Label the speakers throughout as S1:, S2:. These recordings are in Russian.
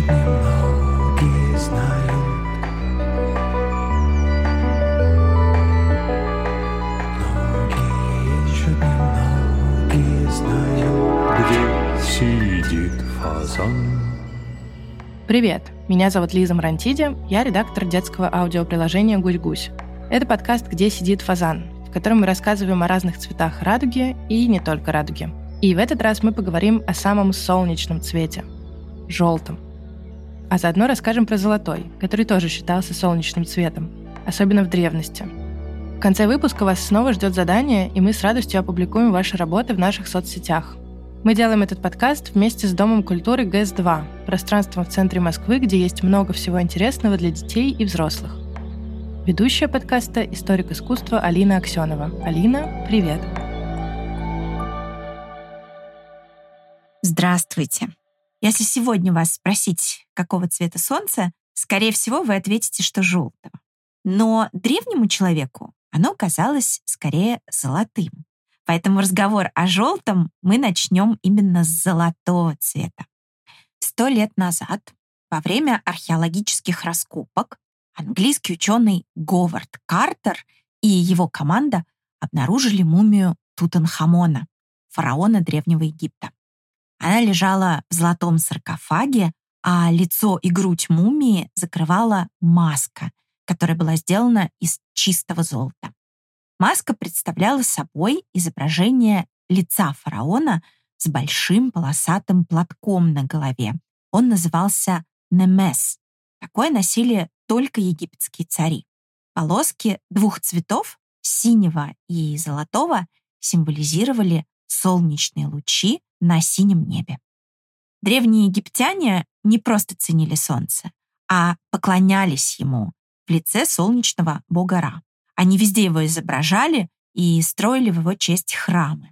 S1: немногие знают. Многие еще немногие знают, где сидит фазан.
S2: Привет, меня зовут Лиза Марантиди, я редактор детского аудиоприложения «Гусь-гусь». Это подкаст «Где сидит фазан», в котором мы рассказываем о разных цветах радуги и не только радуги. И в этот раз мы поговорим о самом солнечном цвете – желтом. А заодно расскажем про золотой, который тоже считался солнечным цветом, особенно в древности. В конце выпуска вас снова ждет задание, и мы с радостью опубликуем ваши работы в наших соцсетях. Мы делаем этот подкаст вместе с Домом культуры ГЭС-2, пространством в центре Москвы, где есть много всего интересного для детей и взрослых. Ведущая подкаста – историк искусства Алина Аксенова. Алина, привет!
S3: Здравствуйте! Если сегодня вас спросить, какого цвета солнце, скорее всего, вы ответите, что желтого. Но древнему человеку оно казалось скорее золотым. Поэтому разговор о желтом мы начнем именно с золотого цвета. 100 лет назад, во время археологических раскопок, английский ученый Говард Картер и его команда обнаружили мумию Тутанхамона, фараона Древнего Египта. Она лежала в золотом саркофаге, а лицо и грудь мумии закрывала маска, которая была сделана из чистого золота. Маска представляла собой изображение лица фараона с большим полосатым платком на голове. Он назывался немес. Такое носили только египетские цари. Полоски двух цветов, синего и золотого, символизировали солнечные лучи на синем небе. Древние египтяне не просто ценили солнце, а поклонялись ему в лице солнечного бога Ра. Они везде его изображали и строили в его честь храмы.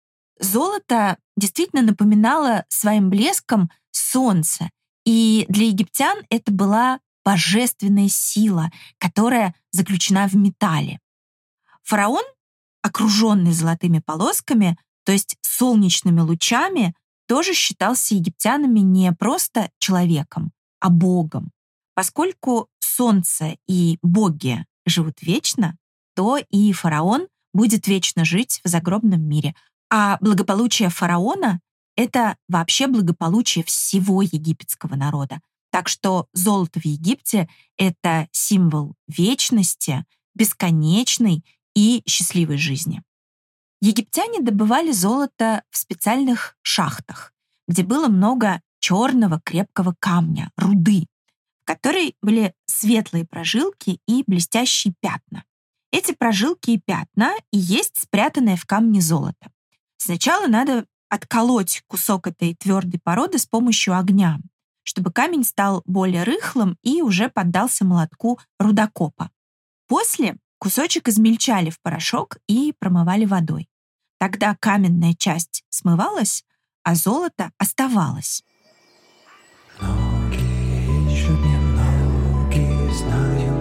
S3: Золото действительно напоминало своим блеском солнце, и для египтян это была божественная сила, которая заключена в металле. Фараон, окруженный золотыми полосками, то есть солнечными лучами, тоже считался египтянами не просто человеком, а богом. Поскольку солнце и боги живут вечно, то и фараон будет вечно жить в загробном мире. А благополучие фараона — это вообще благополучие всего египетского народа. Так что золото в Египте — это символ вечности, бесконечной и счастливой жизни. Египтяне добывали золото в специальных шахтах, где было много черного крепкого камня, руды, в которой были светлые прожилки и блестящие пятна. Эти прожилки и пятна и есть спрятанное в камне золото. Сначала надо отколоть кусок этой твердой породы с помощью огня, чтобы камень стал более рыхлым и уже поддался молотку рудокопа. После кусочек измельчали в порошок и промывали водой. Тогда каменная часть смывалась, а золото оставалось.
S1: Многие еще немногие знают.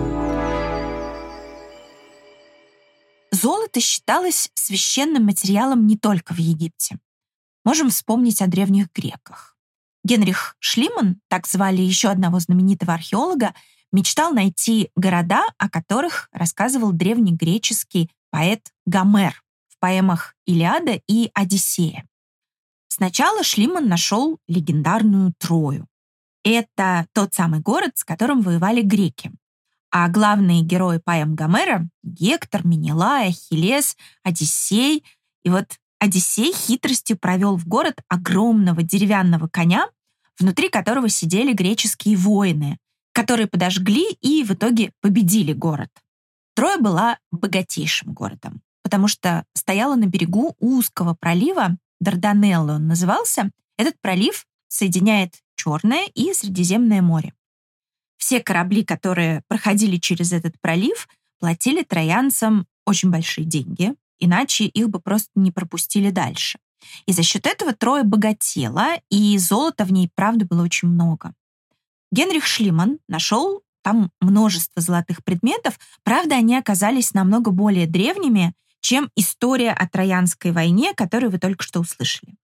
S3: Золото считалось священным материалом не только в Египте. Можем вспомнить о древних греках. Генрих Шлиман, так звали еще одного знаменитого археолога, мечтал найти города, о которых рассказывал древнегреческий поэт Гомер в поэмах «Илиада» и «Одиссея». Сначала Шлиман нашел легендарную Трою. Это тот самый город, с которым воевали греки. А главные герои поэм Гомера — Гектор, Менелай, Ахиллес, Одиссей. И вот Одиссей хитростью провел в город огромного деревянного коня, внутри которого сидели греческие воины, которые подожгли и в итоге победили город. Троя была богатейшим городом, потому что стояла на берегу узкого пролива, Дарданеллы он назывался. Этот пролив соединяет Черное и Средиземное море. Все корабли, которые проходили через этот пролив, платили троянцам очень большие деньги, иначе их бы просто не пропустили дальше. И за счет этого Троя богатела, и золота в ней, правда, было очень много. Генрих Шлиман нашел там множество золотых предметов, правда, они оказались намного более древними, чем история о Троянской войне, которую вы только что услышали.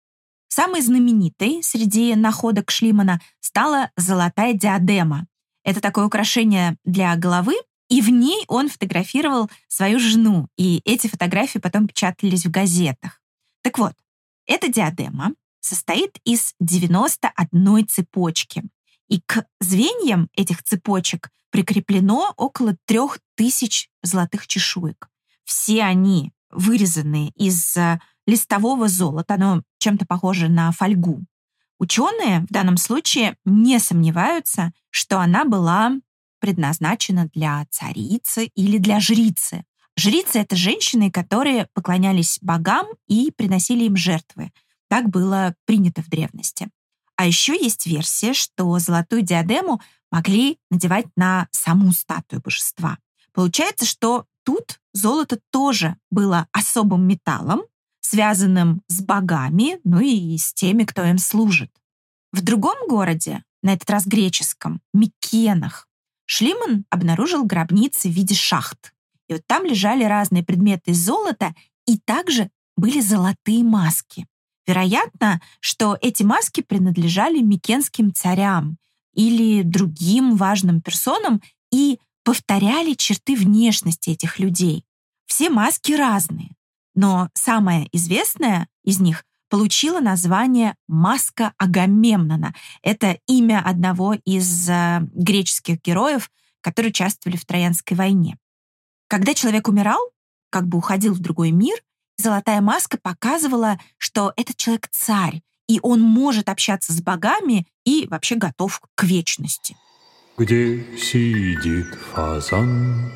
S3: Самой знаменитой среди находок Шлимана стала золотая диадема. Это такое украшение для головы, и в ней он фотографировал свою жену, и эти фотографии потом печатались в газетах. Так вот, эта диадема состоит из 91 цепочки, и к звеньям этих цепочек прикреплено около 3000 золотых чешуек. Все они вырезаны из листового золота, оно чем-то похоже на фольгу. Ученые в данном случае не сомневаются, что она была предназначена для царицы или для жрицы. Жрицы — это женщины, которые поклонялись богам и приносили им жертвы. Так было принято в древности. А еще есть версия, что золотую диадему могли надевать на саму статую божества. Получается, что тут золото тоже было особым металлом, связанным с богами, ну и с теми, кто им служит. В другом городе, на этот раз греческом, Микенах, Шлиман обнаружил гробницы в виде шахт. И вот там лежали разные предметы из золота, и также были золотые маски. Вероятно, что эти маски принадлежали микенским царям или другим важным персонам и повторяли черты внешности этих людей. Все маски разные, но самая известная из них получила название «Маска Агамемнона». Это имя одного из греческих героев, которые участвовали в Троянской войне. Когда человек умирал, как бы уходил в другой мир, золотая маска показывала, что этот человек царь, и он может общаться с богами и вообще готов к вечности.
S1: Где сидит фазан?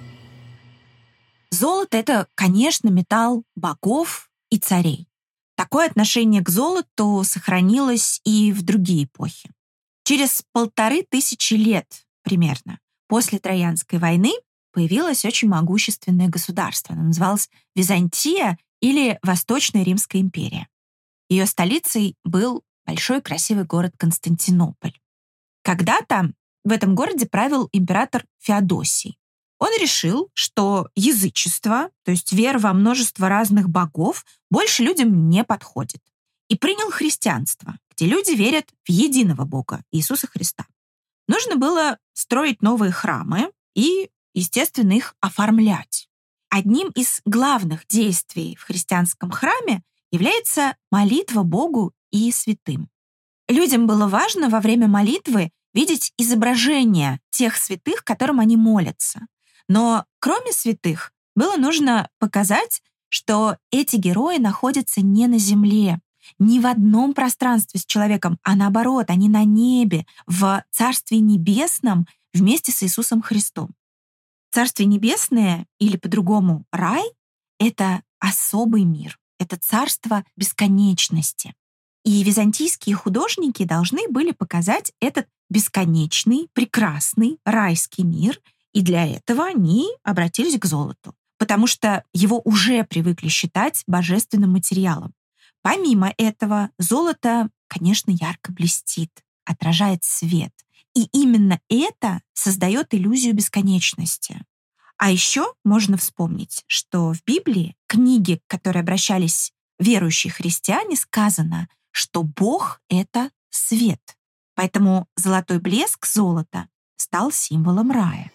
S3: Золото — это, конечно, металл богов и царей. Такое отношение к золоту сохранилось и в другие эпохи. Через 1500 лет примерно после Троянской войны появилось очень могущественное государство. Оно называлось Византия или Восточная Римская империя. Ее столицей был большой красивый город Константинополь. Когда-то в этом городе правил император Феодосий. Он решил, что язычество, то есть вера во множество разных богов, больше людям не подходит. И принял христианство, где люди верят в единого Бога, Иисуса Христа. Нужно было строить новые храмы и, естественно, их оформлять. Одним из главных действий в христианском храме является молитва Богу и святым. Людям было важно во время молитвы видеть изображение тех святых, которым они молятся. Но кроме святых, было нужно показать, что эти герои находятся не на земле, не в одном пространстве с человеком, а наоборот, они на небе, в Царстве Небесном вместе с Иисусом Христом. Царствие Небесное, или по-другому рай, — это особый мир, это царство бесконечности. И византийские художники должны были показать этот бесконечный, прекрасный райский мир, и для этого они обратились к золоту, потому что его уже привыкли считать божественным материалом. Помимо этого, золото, конечно, ярко блестит, отражает свет. И именно это создает иллюзию бесконечности. А еще можно вспомнить, что в Библии, книге, к которой обращались верующие христиане, сказано, что Бог — это свет. Поэтому золотой блеск золота стал символом рая.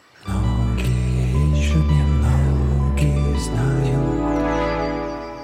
S1: Многие ищут, немногие знают.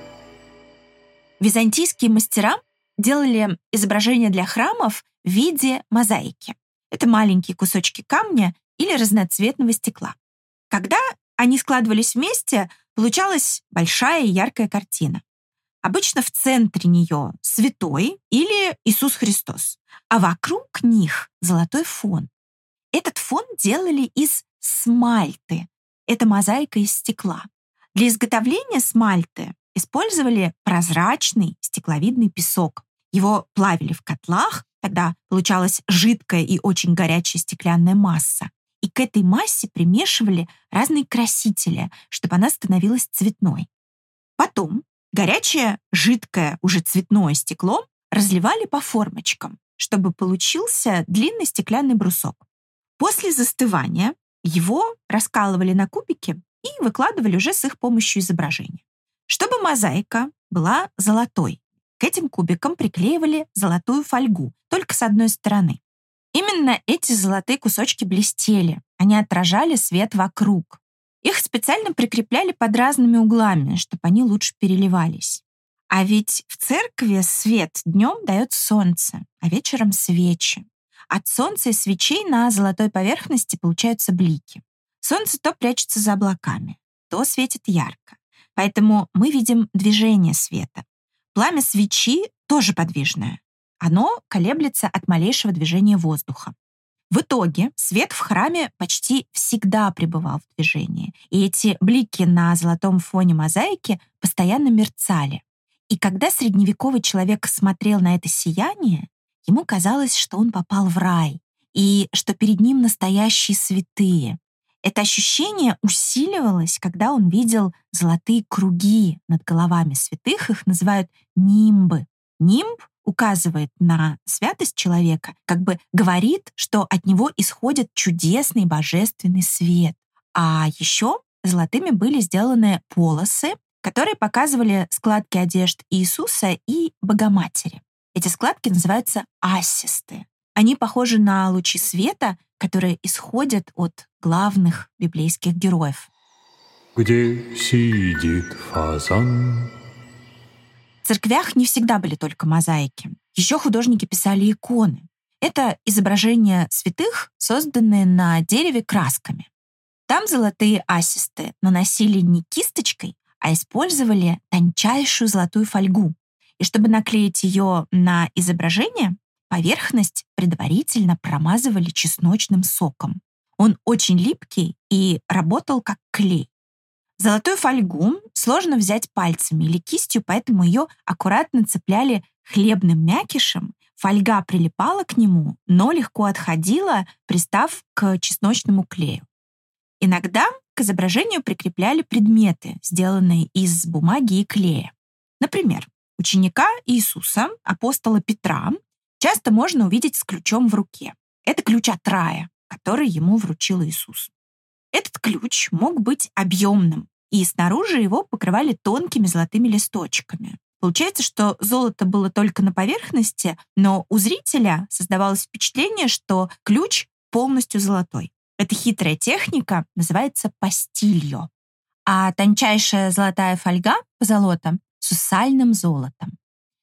S3: Византийские мастера делали изображения для храмов в виде мозаики. Это маленькие кусочки камня или разноцветного стекла. Когда они складывались вместе, получалась большая и яркая картина. Обычно в центре нее святой или Иисус Христос, а вокруг них золотой фон. Этот фон делали из смальты. Это мозаика из стекла. Для изготовления смальты использовали прозрачный стекловидный песок. Его плавили в котлах, тогда получалась жидкая и очень горячая стеклянная масса. И к этой массе примешивали разные красители, чтобы она становилась цветной. Потом горячее, жидкое, уже цветное стекло разливали по формочкам, чтобы получился длинный стеклянный брусок. После застывания его раскалывали на кубики и выкладывали уже с их помощью изображения. Чтобы мозаика была золотой, К этим кубикам приклеивали золотую фольгу, только с одной стороны. Именно эти золотые кусочки блестели, они отражали свет вокруг. Их специально прикрепляли под разными углами, чтобы они лучше переливались. А ведь в церкви свет днем дает солнце, а вечером свечи. От солнца и свечей на золотой поверхности получаются блики. Солнце то прячется за облаками, то светит ярко. Поэтому мы видим движение света. Пламя свечи тоже подвижное. Оно колеблется от малейшего движения воздуха. В итоге свет в храме почти всегда пребывал в движении, и эти блики на золотом фоне мозаики постоянно мерцали. И когда средневековый человек смотрел на это сияние, ему казалось, что он попал в рай, и что перед ним настоящие святые. Это ощущение усиливалось, когда он видел золотые круги над головами святых, их называют нимбы. Нимб указывает на святость человека, как бы говорит, что от него исходит чудесный божественный свет. А еще золотыми были сделаны полосы, которые показывали складки одежд Иисуса и Богоматери. Эти складки называются ассисты. Они похожи на лучи света, которые исходят от главных библейских героев.
S1: Где сидит фазан?
S3: В церквях не всегда были только мозаики. Еще художники писали иконы. Это изображения святых, созданные на дереве красками. Там золотые ассисты наносили не кисточкой, а использовали тончайшую золотую фольгу. И чтобы наклеить ее на изображение, поверхность предварительно промазывали чесночным соком. Он очень липкий и работал как клей. Золотую фольгу сложно взять пальцами или кистью, поэтому ее аккуратно цепляли хлебным мякишем. Фольга прилипала к нему, но легко отходила, пристав к чесночному клею. Иногда к изображению прикрепляли предметы, сделанные из бумаги и клея. Например, ученика Иисуса, апостола Петра, часто можно увидеть с ключом в руке. Это ключ от рая, который ему вручил Иисус. Этот ключ мог быть объемным, и снаружи его покрывали тонкими золотыми листочками. Получается, что золото было только на поверхности, но у зрителя создавалось впечатление, что ключ полностью золотой. Эта хитрая техника называется пастильо. А тончайшая золотая фольга позолота — сусальным золотом.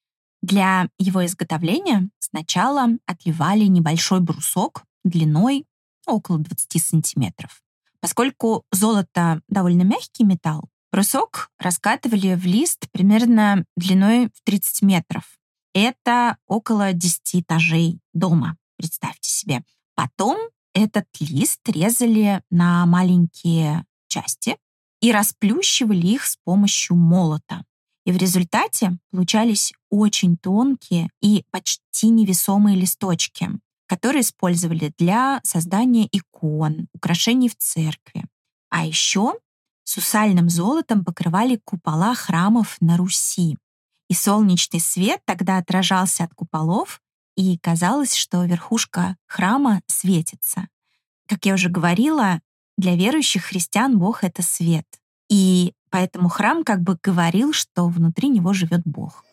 S3: Для его изготовления сначала отливали небольшой брусок длиной около 20 сантиметров. Поскольку золото довольно мягкий металл, брусок раскатывали в лист примерно длиной в 30 метров. Это около 10 этажей дома, представьте себе. Потом этот лист резали на маленькие части и расплющивали их с помощью молота. И в результате получались очень тонкие и почти невесомые листочки, которые использовали для создания икон, украшений в церкви. А еще сусальным золотом покрывали купола храмов на Руси. И солнечный свет тогда отражался от куполов, и казалось, что верхушка храма светится. Как я уже говорила, для верующих христиан Бог — это свет. И поэтому храм как бы говорил, что внутри него живет Бог.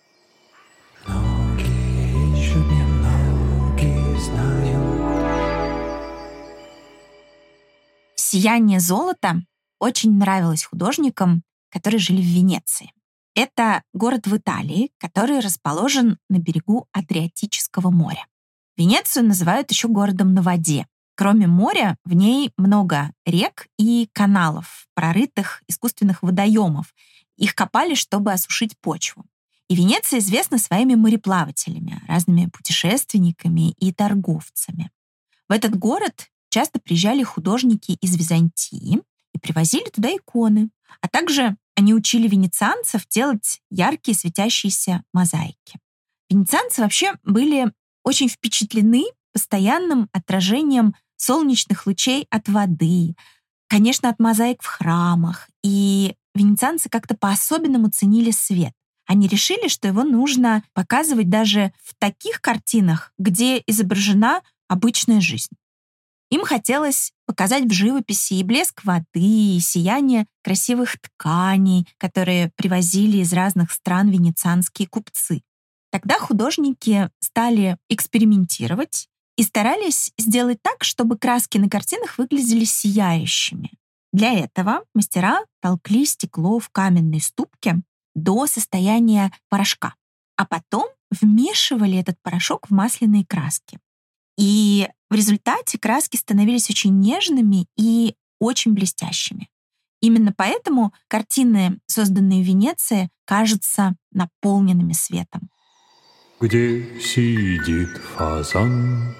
S3: Сияние золота очень нравилось художникам, которые жили в Венеции. Это город в Италии, который расположен на берегу Адриатического моря. Венецию называют еще городом на воде. Кроме моря, в ней много рек и каналов, прорытых искусственных водоемов. Их копали, чтобы осушить почву. И Венеция известна своими мореплавателями, разными путешественниками и торговцами. В этот город часто приезжали художники из Византии и привозили туда иконы. А также они учили венецианцев делать яркие светящиеся мозаики. Венецианцы вообще были очень впечатлены постоянным отражением солнечных лучей от воды, конечно, от мозаик в храмах. И венецианцы как-то по-особенному ценили свет. Они решили, что его нужно показывать даже в таких картинах, где изображена обычная жизнь. Им хотелось показать в живописи и блеск воды, и сияние красивых тканей, которые привозили из разных стран венецианские купцы. Тогда художники стали экспериментировать и старались сделать так, чтобы краски на картинах выглядели сияющими. Для этого мастера толкли стекло в каменной ступке до состояния порошка, а потом вмешивали этот порошок в масляные краски. И в результате краски становились очень нежными и очень блестящими. Именно поэтому картины, созданные в Венеции, кажутся наполненными светом.
S1: Где сидит фазан?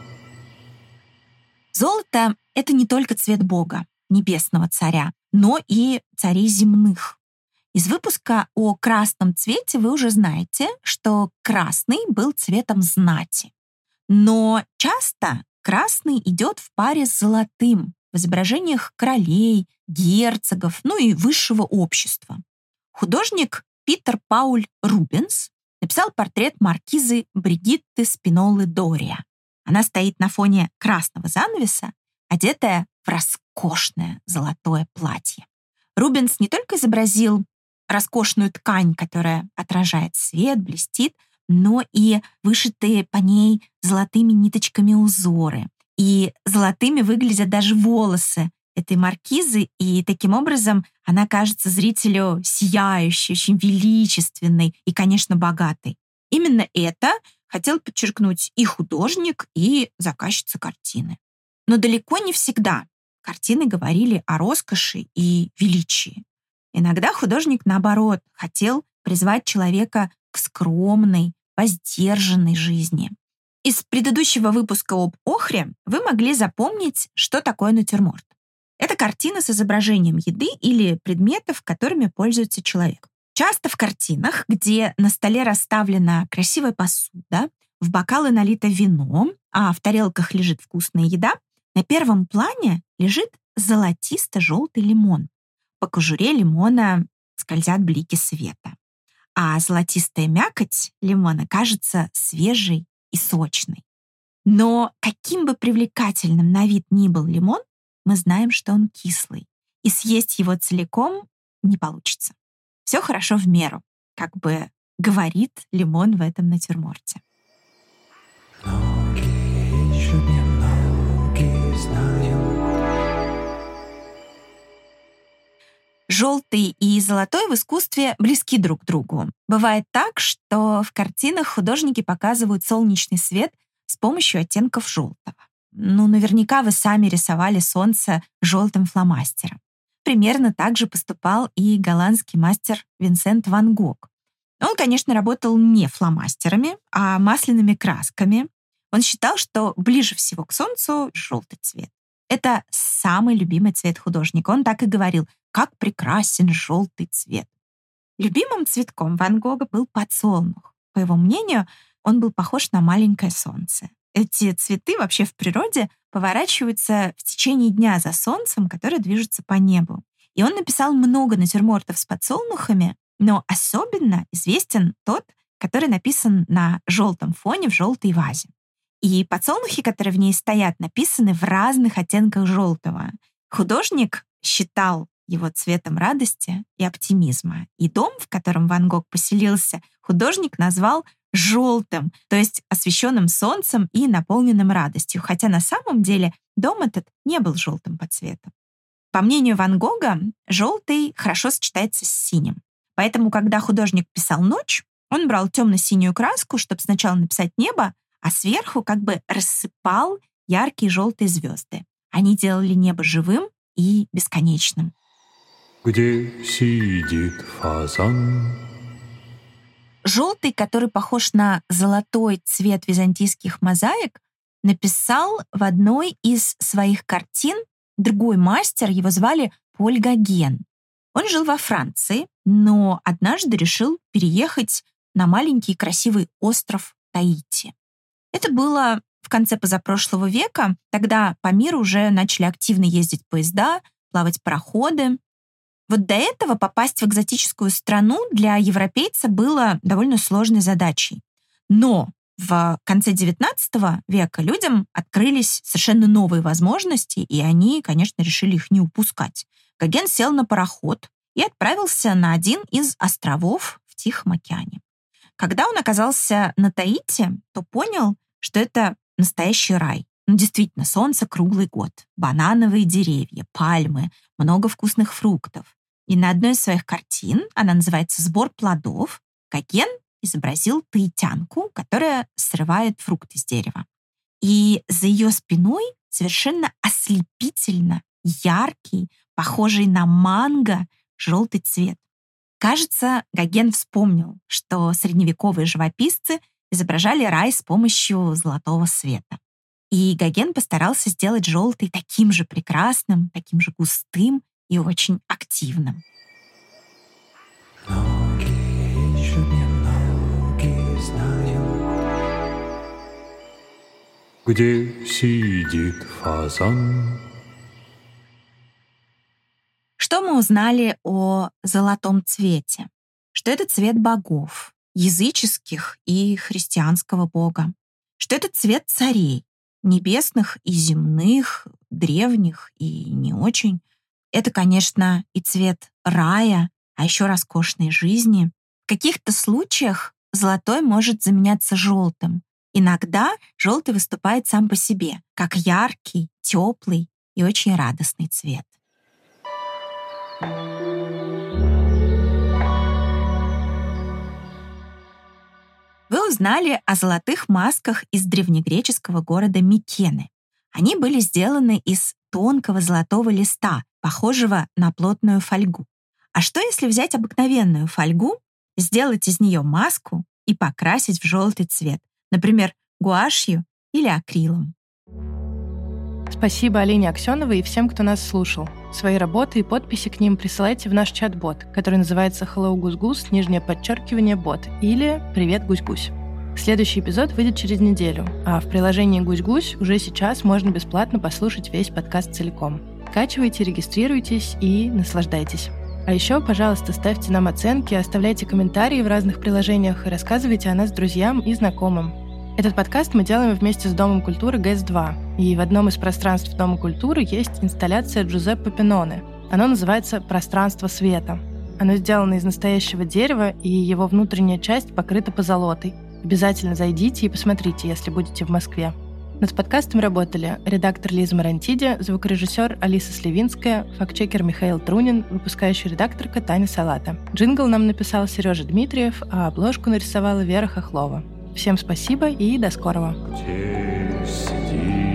S3: Золото — это не только цвет Бога, небесного царя, но и царей земных. Из выпуска о красном цвете вы уже знаете, что красный был цветом знати. Но часто красный идет в паре с золотым в изображениях королей, герцогов, и высшего общества. Художник Питер Пауль Рубенс написал портрет маркизы Бригитты Спиноллы Дория. Она стоит на фоне красного занавеса, одетая в роскошное золотое платье. Рубенс не только изобразил роскошную ткань, которая отражает свет, блестит, но и вышитые по ней золотыми ниточками узоры. И золотыми выглядят даже волосы этой маркизы, и таким образом она кажется зрителю сияющей, очень величественной и, конечно, богатой. Именно это хотел подчеркнуть и художник, и заказчица картины. Но далеко не всегда картины говорили о роскоши и величии. Иногда художник, наоборот, хотел призвать человека к скромной, воздержанной жизни. Из предыдущего выпуска об охре вы могли запомнить, что такое натюрморт. Это картина с изображением еды или предметов, которыми пользуется человек. Часто в картинах, где на столе расставлена красивая посуда, в бокалы налито вино, а в тарелках лежит вкусная еда, на первом плане лежит золотисто-желтый лимон. По кожуре лимона скользят блики света, а золотистая мякоть лимона кажется свежей и сочной. Но каким бы привлекательным на вид ни был лимон, мы знаем, что он кислый, и съесть его целиком не получится. Все хорошо в меру, как бы говорит лимон в этом натюрморте. Желтый и золотой в искусстве близки друг к другу. Бывает так, что в картинах художники показывают солнечный свет с помощью оттенков желтого. Наверняка вы сами рисовали солнце желтым фломастером. Примерно так же поступал и голландский мастер Винсент ван Гог. Он, конечно, работал не фломастерами, а масляными красками. Он считал, что ближе всего к солнцу желтый цвет. Это самый любимый цвет художника. Он так и говорил: «Как прекрасен желтый цвет». Любимым цветком Ван Гога был подсолнух. По его мнению, он был похож на маленькое солнце. Эти цветы вообще в природе поворачиваются в течение дня за солнцем, которое движется по небу. И он написал много натюрмортов с подсолнухами, но особенно известен тот, который написан на желтом фоне в желтой вазе. И подсолнухи, которые в ней стоят, написаны в разных оттенках желтого. Художник считал его цветом радости и оптимизма. И дом, в котором Ван Гог поселился, художник назвал желтым, то есть освещенным солнцем и наполненным радостью, хотя на самом деле дом этот не был желтым по цвету. По мнению Ван Гога, желтый хорошо сочетается с синим. Поэтому, когда художник писал ночь, он брал темно-синюю краску, чтобы сначала написать небо, а сверху как бы рассыпал яркие желтые звезды. Они делали небо живым и бесконечным.
S1: Где сидит фазан?
S3: Желтый, который похож на золотой цвет византийских мозаик, написал в одной из своих картин другой мастер, его звали Поль Гоген. Он жил во Франции, но однажды решил переехать на маленький красивый остров Таити. Это было в конце позапрошлого века, тогда по миру уже начали активно ездить поезда, плавать пароходы. Вот до этого попасть в экзотическую страну для европейца было довольно сложной задачей. Но в конце XIX века людям открылись совершенно новые возможности, и они, конечно, решили их не упускать. Гоген сел на пароход и отправился на один из островов в Тихом океане. Когда он оказался на Таити, то понял, что это настоящий рай. Действительно, солнце круглый год, банановые деревья, пальмы, много вкусных фруктов. И на одной из своих картин, она называется «Сбор плодов», Гоген изобразил таитянку, которая срывает фрукты с дерева. И за ее спиной совершенно ослепительно яркий, похожий на манго, желтый цвет. Кажется, Гоген вспомнил, что средневековые живописцы изображали рай с помощью золотого света. И Гоген постарался сделать желтый таким же прекрасным, таким же густым и очень активным.
S1: Где сидит фазан?
S3: Что мы узнали о золотом цвете? Что это цвет богов, языческих и христианского бога. Что это цвет царей, небесных и земных, древних и не очень. Это, конечно, и цвет рая, а еще роскошной жизни. В каких-то случаях золотой может заменяться желтым. Иногда желтый выступает сам по себе, как яркий, теплый и очень радостный цвет. Вы узнали о золотых масках из древнегреческого города Микены. Они были сделаны из тонкого золотого листа, похожего на плотную фольгу. А что, если взять обыкновенную фольгу, сделать из нее маску и покрасить в желтый цвет, например, гуашью или акрилом?
S2: Спасибо Алине Аксеновой и всем, кто нас слушал. Свои работы и подписи к ним присылайте в наш чат-бот, который называется Hello Гусь-Гусь, _бот, или Привет Гусь-Гусь. Следующий эпизод выйдет через неделю, а в приложении Гусь-Гусь уже сейчас можно бесплатно послушать весь подкаст целиком. Скачивайте, регистрируйтесь и наслаждайтесь. А еще, пожалуйста, ставьте нам оценки, оставляйте комментарии в разных приложениях и рассказывайте о нас друзьям и знакомым. Этот подкаст мы делаем вместе с Домом культуры ГЭС-2, и в одном из пространств Дома культуры есть инсталляция Джузеппе Пиноне. Оно называется «Пространство света». Оно сделано из настоящего дерева, и его внутренняя часть покрыта позолотой. Обязательно зайдите и посмотрите, если будете в Москве. Над подкастом работали редактор Лиза Марантиди, звукорежиссер Алиса Сливинская, фактчекер Михаил Трунин, выпускающая редакторка Таня Салата. Джингл нам написал Сережа Дмитриев, а обложку нарисовала Вера Хохлова. Всем спасибо и до скорого.
S1: Где сидит